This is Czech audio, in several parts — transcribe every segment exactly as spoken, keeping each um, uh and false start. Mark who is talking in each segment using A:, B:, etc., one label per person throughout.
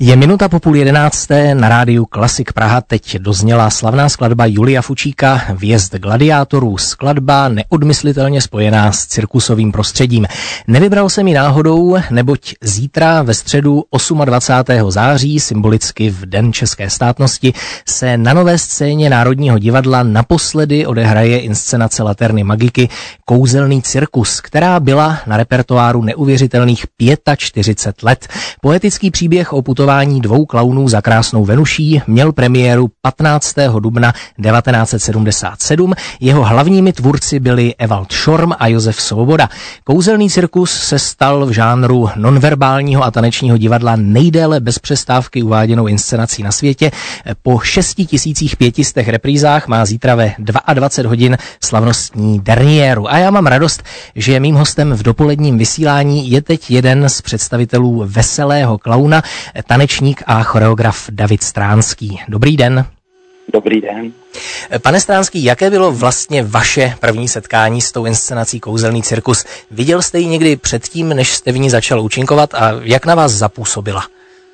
A: Je minuta po půl jedenácté, na rádiu Klasik Praha teď dozněla slavná skladba Julia Fučíka Vjezd gladiátorů, skladba neodmyslitelně spojená s cirkusovým prostředím. Nevybral jsem ji náhodou, neboť zítra ve středu dvacátého osmého září, symbolicky v Den české státnosti, se na nové scéně Národního divadla naposledy odehraje inscenace Laterny Magiky Kouzelný cirkus, která byla na repertoáru neuvěřitelných čtyřicet pět let. Poetický příběh o putování dvou klaunů za krásnou Venuší měl premiéru patnáctého dubna devatenáct set sedmdesát sedm. Jeho hlavními tvůrci byli Ewald Schorm a Josef Svoboda. Kouzelný cirkus se stal v žánru nonverbálního a tanečního divadla nejdéle bez přestávky uváděnou inscenací na světě. Po šesti tisících pětistech reprízách má zítra ve dvacet dva hodin slavnostní derniéru. A já mám radost, že mým hostem v dopoledním vysílání je teď jeden z představitelů Veselého klauna, tanečník a choreograf David Stránský. Dobrý den.
B: Dobrý den.
A: Pane Stránský, jaké bylo vlastně vaše první setkání s tou inscenací Kouzelný cirkus? Viděl jste ji někdy předtím, než jste v ní začal účinkovat, a jak na vás zapůsobila?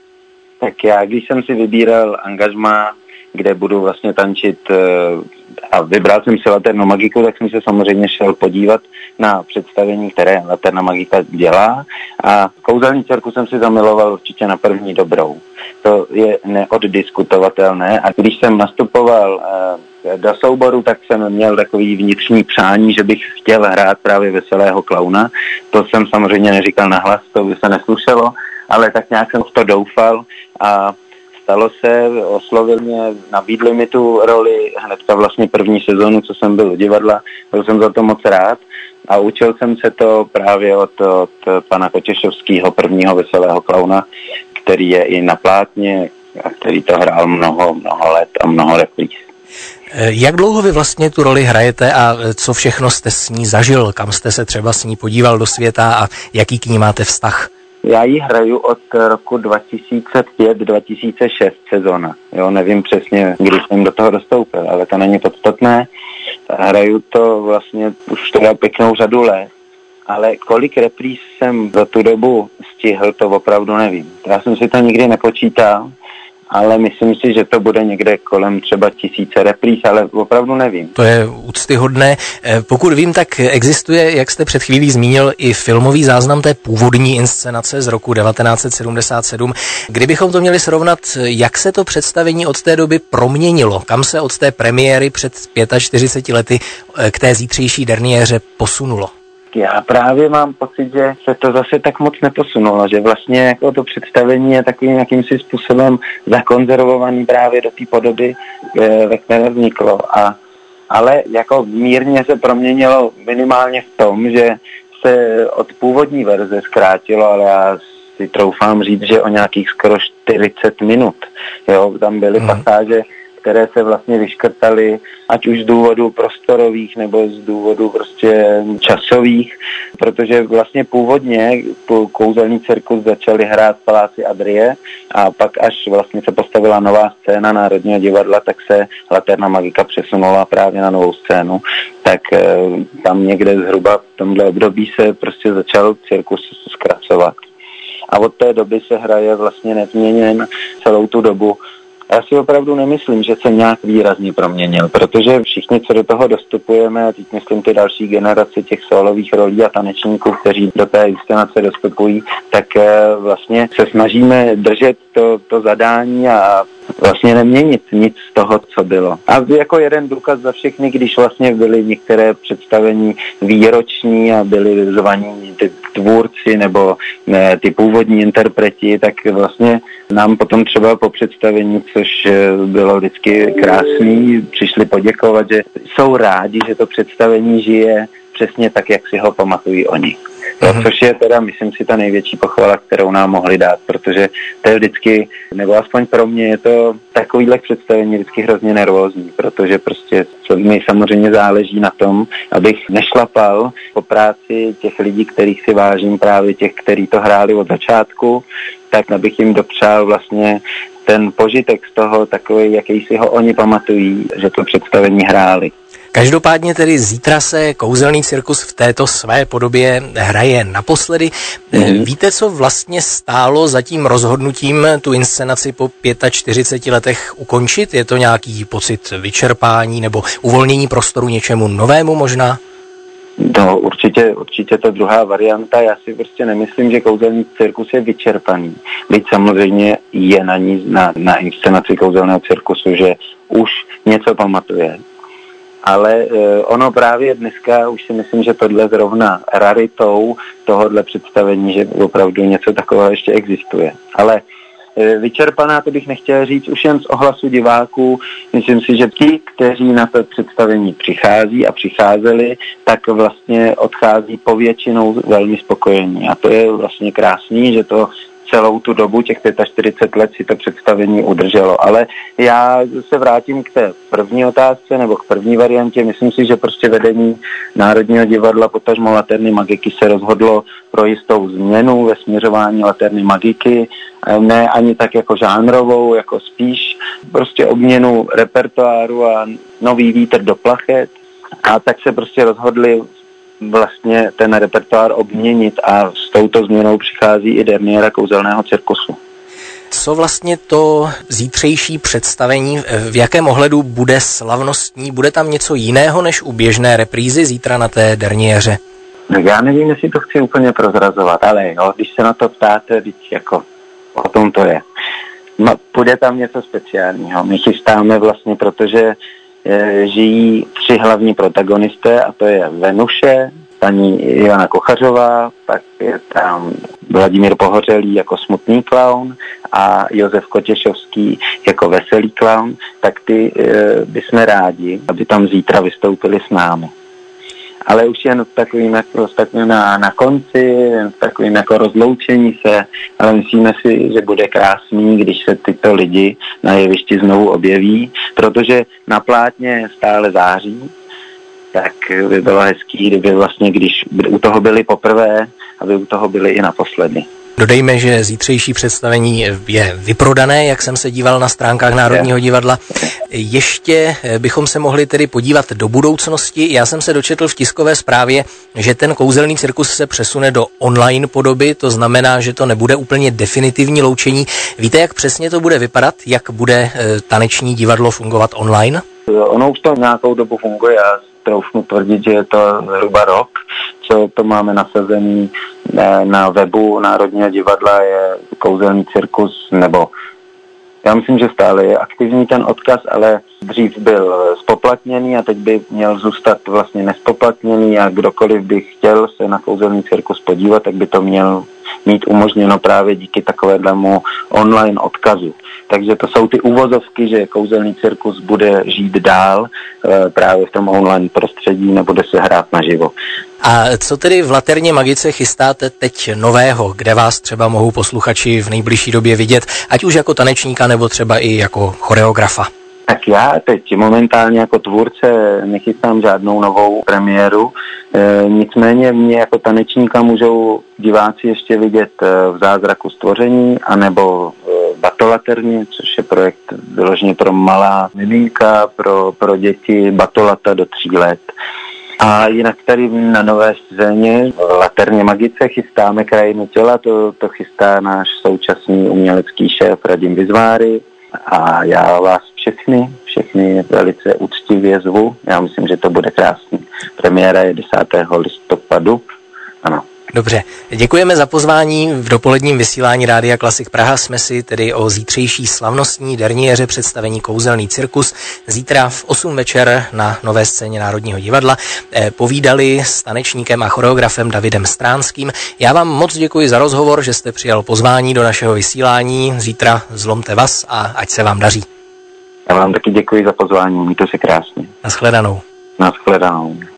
B: Tak já, když jsem si vybíral angažmá, kde budu vlastně tančit, a vybral jsem si Laternu Magiku, tak jsem se samozřejmě šel podívat na představení, které Laterna Magika dělá, a Kouzelný cirkus jsem si zamiloval určitě na první dobrou. To je neoddiskutovatelné, a když jsem nastupoval do souboru, tak jsem měl takový vnitřní přání, že bych chtěl hrát právě Veselého klauna. To jsem samozřejmě neříkal nahlas, to by se neslušelo, ale tak nějak jsem v to doufal a stalo se, oslovil mě, nabídli mi tu roli hnedka vlastně první sezónu, co jsem byl u divadla, byl jsem za to moc rád a učil jsem se to právě od, od pana Kotěšovského, prvního Veselého klauna, který je i na plátně a který to hrál mnoho, mnoho let a mnoho repríz.
A: Jak dlouho vy vlastně tu roli hrajete a co všechno jste s ní zažil? Kam jste se třeba s ní podíval do světa a jaký k ní máte vztah?
B: Já ji hraju od roku dva tisíce pět dva tisíce šest sezóna. Jo, nevím přesně, kdy jsem do toho dostoupil, ale to není podstatné. Hraju to vlastně už teda pěknou řadu let, ale kolik repríz jsem za tu dobu stihl, to opravdu nevím. Já jsem si to nikdy nepočítal, ale myslím si, že to bude někde kolem třeba tisíce repríz, ale opravdu nevím.
A: To je úctyhodné. Pokud vím, tak existuje, jak jste před chvílí zmínil, i filmový záznam té původní inscenace z roku devatenáct set sedmdesát sedm. Kdybychom to měli srovnat, jak se to představení od té doby proměnilo? Kam se od té premiéry před čtyřiceti pěti lety k té zítřejší derniéře posunulo?
B: Já právě mám pocit, že se to zase tak moc neposunulo, že vlastně jako to představení je takovým jakýmsi způsobem zakonzervovaný právě do té podoby, ve které vzniklo. A, ale jako mírně se proměnilo minimálně v tom, že se od původní verze zkrátilo, ale já si troufám říct, že o nějakých skoro čtyřicet minut. Jo, tam byly hmm. pasáže, které se vlastně vyškrtaly, ať už z důvodů prostorových nebo z důvodů prostě časových, protože vlastně původně Kouzelný cirkus začali hrát v Paláci Adrie a pak až vlastně se postavila nová scéna Národního divadla, tak se Laterna Magika přesunula právě na novou scénu, tak tam někde zhruba v tomhle období se prostě začal cirkus zkracovat. A od té doby se hraje vlastně nezměněn celou tu dobu. Já si opravdu nemyslím, že se nějak výrazně proměnil, protože všichni, co do toho dostupujeme, a teď myslím ty další generace těch sólových rolí a tanečníků, kteří do té inscenace dostupují, tak vlastně se snažíme držet to, to zadání a vlastně neměnit nic z toho, co bylo. A jako jeden důkaz za všechny, když vlastně byly některé představení výroční a byli zvaní ty tvůrci nebo ne, ty původní interpreti, tak vlastně nám potom třeba po představení, což bylo vždycky krásný, přišli poděkovat, že jsou rádi, že to představení žije přesně tak, jak si ho pamatují oni. To, což je teda, myslím si, ta největší pochvala, kterou nám mohli dát, protože to je vždycky, nebo aspoň pro mě je to takovýhle představení vždycky hrozně nervózní, protože prostě mi samozřejmě záleží na tom, abych nešlapal po práci těch lidí, kterých si vážím, právě těch, kteří to hráli od začátku, tak abych jim dopřál vlastně ten požitek z toho takový, jaký si ho oni pamatují, že to představení hráli.
A: Každopádně tedy zítra se Kouzelný cirkus v této své podobě hraje naposledy. Mm. Víte, co vlastně stálo za tím rozhodnutím tu inscenaci po čtyřiceti pěti letech ukončit? Je to nějaký pocit vyčerpání nebo uvolnění prostoru něčemu novému možná?
B: No, určitě, určitě to druhá varianta. Já si prostě nemyslím, že Kouzelný cirkus je vyčerpaný. Byť samozřejmě je na ní, na, na inscenaci Kouzelného cirkusu, že už něco pamatuje. Ale e, ono právě dneska už si myslím, že tohle zrovna raritou tohohle představení, že opravdu něco takového ještě existuje. Ale e, vyčerpaná, to bych nechtěl říct, už jen z ohlasu diváků. Myslím si, že ti, kteří na to představení přichází a přicházeli, tak vlastně odchází povětšinou velmi spokojení. A to je vlastně krásný, že to celou tu dobu, těch čtyřicet pět let si to představení udrželo. Ale já se vrátím k té první otázce nebo k první variantě. Myslím si, že prostě vedení Národního divadla potažmo Laterny Magiky se rozhodlo pro jistou změnu ve směřování Laterny Magiky. Ne ani tak jako žánrovou, jako spíš prostě obměnu repertoáru a nový vítr do plachet. A tak se prostě rozhodli vlastně ten repertoár obměnit a s touto změnou přichází i derniéra Kouzelného cirkusu.
A: Co vlastně to zítřejší představení, v jakém ohledu bude slavnostní? Bude tam něco jiného než u běžné reprízy zítra na té derniéře?
B: No já nevím, jestli to chci úplně prozrazovat, ale jo, když se na to ptáte, teď jako o tom to je. No, bude tam něco speciálního. My chystáme vlastně, protože žijí tři hlavní protagonisté a to je Venuše, paní Ivana Kochařová, pak je tam Vladimír Pohořelý jako smutný klaun a Josef Kotěšovský jako veselý klaun, tak ty e, bychom rádi, aby tam zítra vystoupili s námi. Ale už jen takovým, jako, takovým na, na konci, takovým jako rozloučení se, ale myslíme si, že bude krásný, když se tyto lidi na jevišti znovu objeví, protože na plátně stále září, tak by bylo hezký, kdyby vlastně, když u toho byli poprvé, aby u toho byli i naposledy.
A: Dodejme, že zítřejší představení je vyprodané, jak jsem se díval na stránkách Národního divadla. Ještě bychom se mohli tedy podívat do budoucnosti. Já jsem se dočetl v tiskové zprávě, že ten Kouzelný cirkus se přesune do online podoby, to znamená, že to nebude úplně definitivní loučení. Víte, jak přesně to bude vypadat? Jak bude taneční divadlo fungovat online?
B: Ono už to nějakou dobu funguje, já troufnu tvrdit, že je to zhruba rok, co to máme nasazený na webu Národního divadla, je Kouzelný cirkus, nebo já myslím, že stále je aktivní ten odkaz, ale dřív byl spoplatněný a teď by měl zůstat vlastně nespoplatněný a kdokoliv by chtěl se na Kouzelný cirkus podívat, tak by to měl mít umožněno právě díky takovému online odkazu. Takže to jsou ty uvozovky, že Kouzelný cirkus bude žít dál e, právě v tom online prostředí, nebude se hrát naživo.
A: A co tedy v Laterně Magice chystáte teď nového, kde vás třeba mohou posluchači v nejbližší době vidět, ať už jako tanečníka nebo třeba i jako choreografa?
B: Tak já teď momentálně jako tvůrce nechystám žádnou novou premiéru, e, nicméně mě jako tanečníka můžou diváci ještě vidět v Zázraku stvoření anebo v Batolaterně, což je projekt vyloženě pro malá miminka, pro, pro děti batolata do tří let. A jinak tady na nové scéně v Laterně Magice chystáme Krajinu těla, to, to chystá náš současný umělecký šéf Radim Vizváry. A já vás všechny, všechny velice úctivě zvu. Já myslím, že to bude krásný. Premiéra je desátého listopadu. Ano.
A: Dobře, děkujeme za pozvání. V dopoledním vysílání Rádia Klasik Praha jsme si tedy o zítřejší slavnostní derniéře představení Kouzelný cirkus zítra v osm večer na nové scéně Národního divadla povídali s tanečníkem a choreografem Davidem Stránským. Já vám moc děkuji za rozhovor, že jste přijal pozvání do našeho vysílání. Zítra zlomte vás a ať se vám daří.
B: Já vám taky děkuji za pozvání, mějte se krásně.
A: Naschledanou.
B: Naschledanou.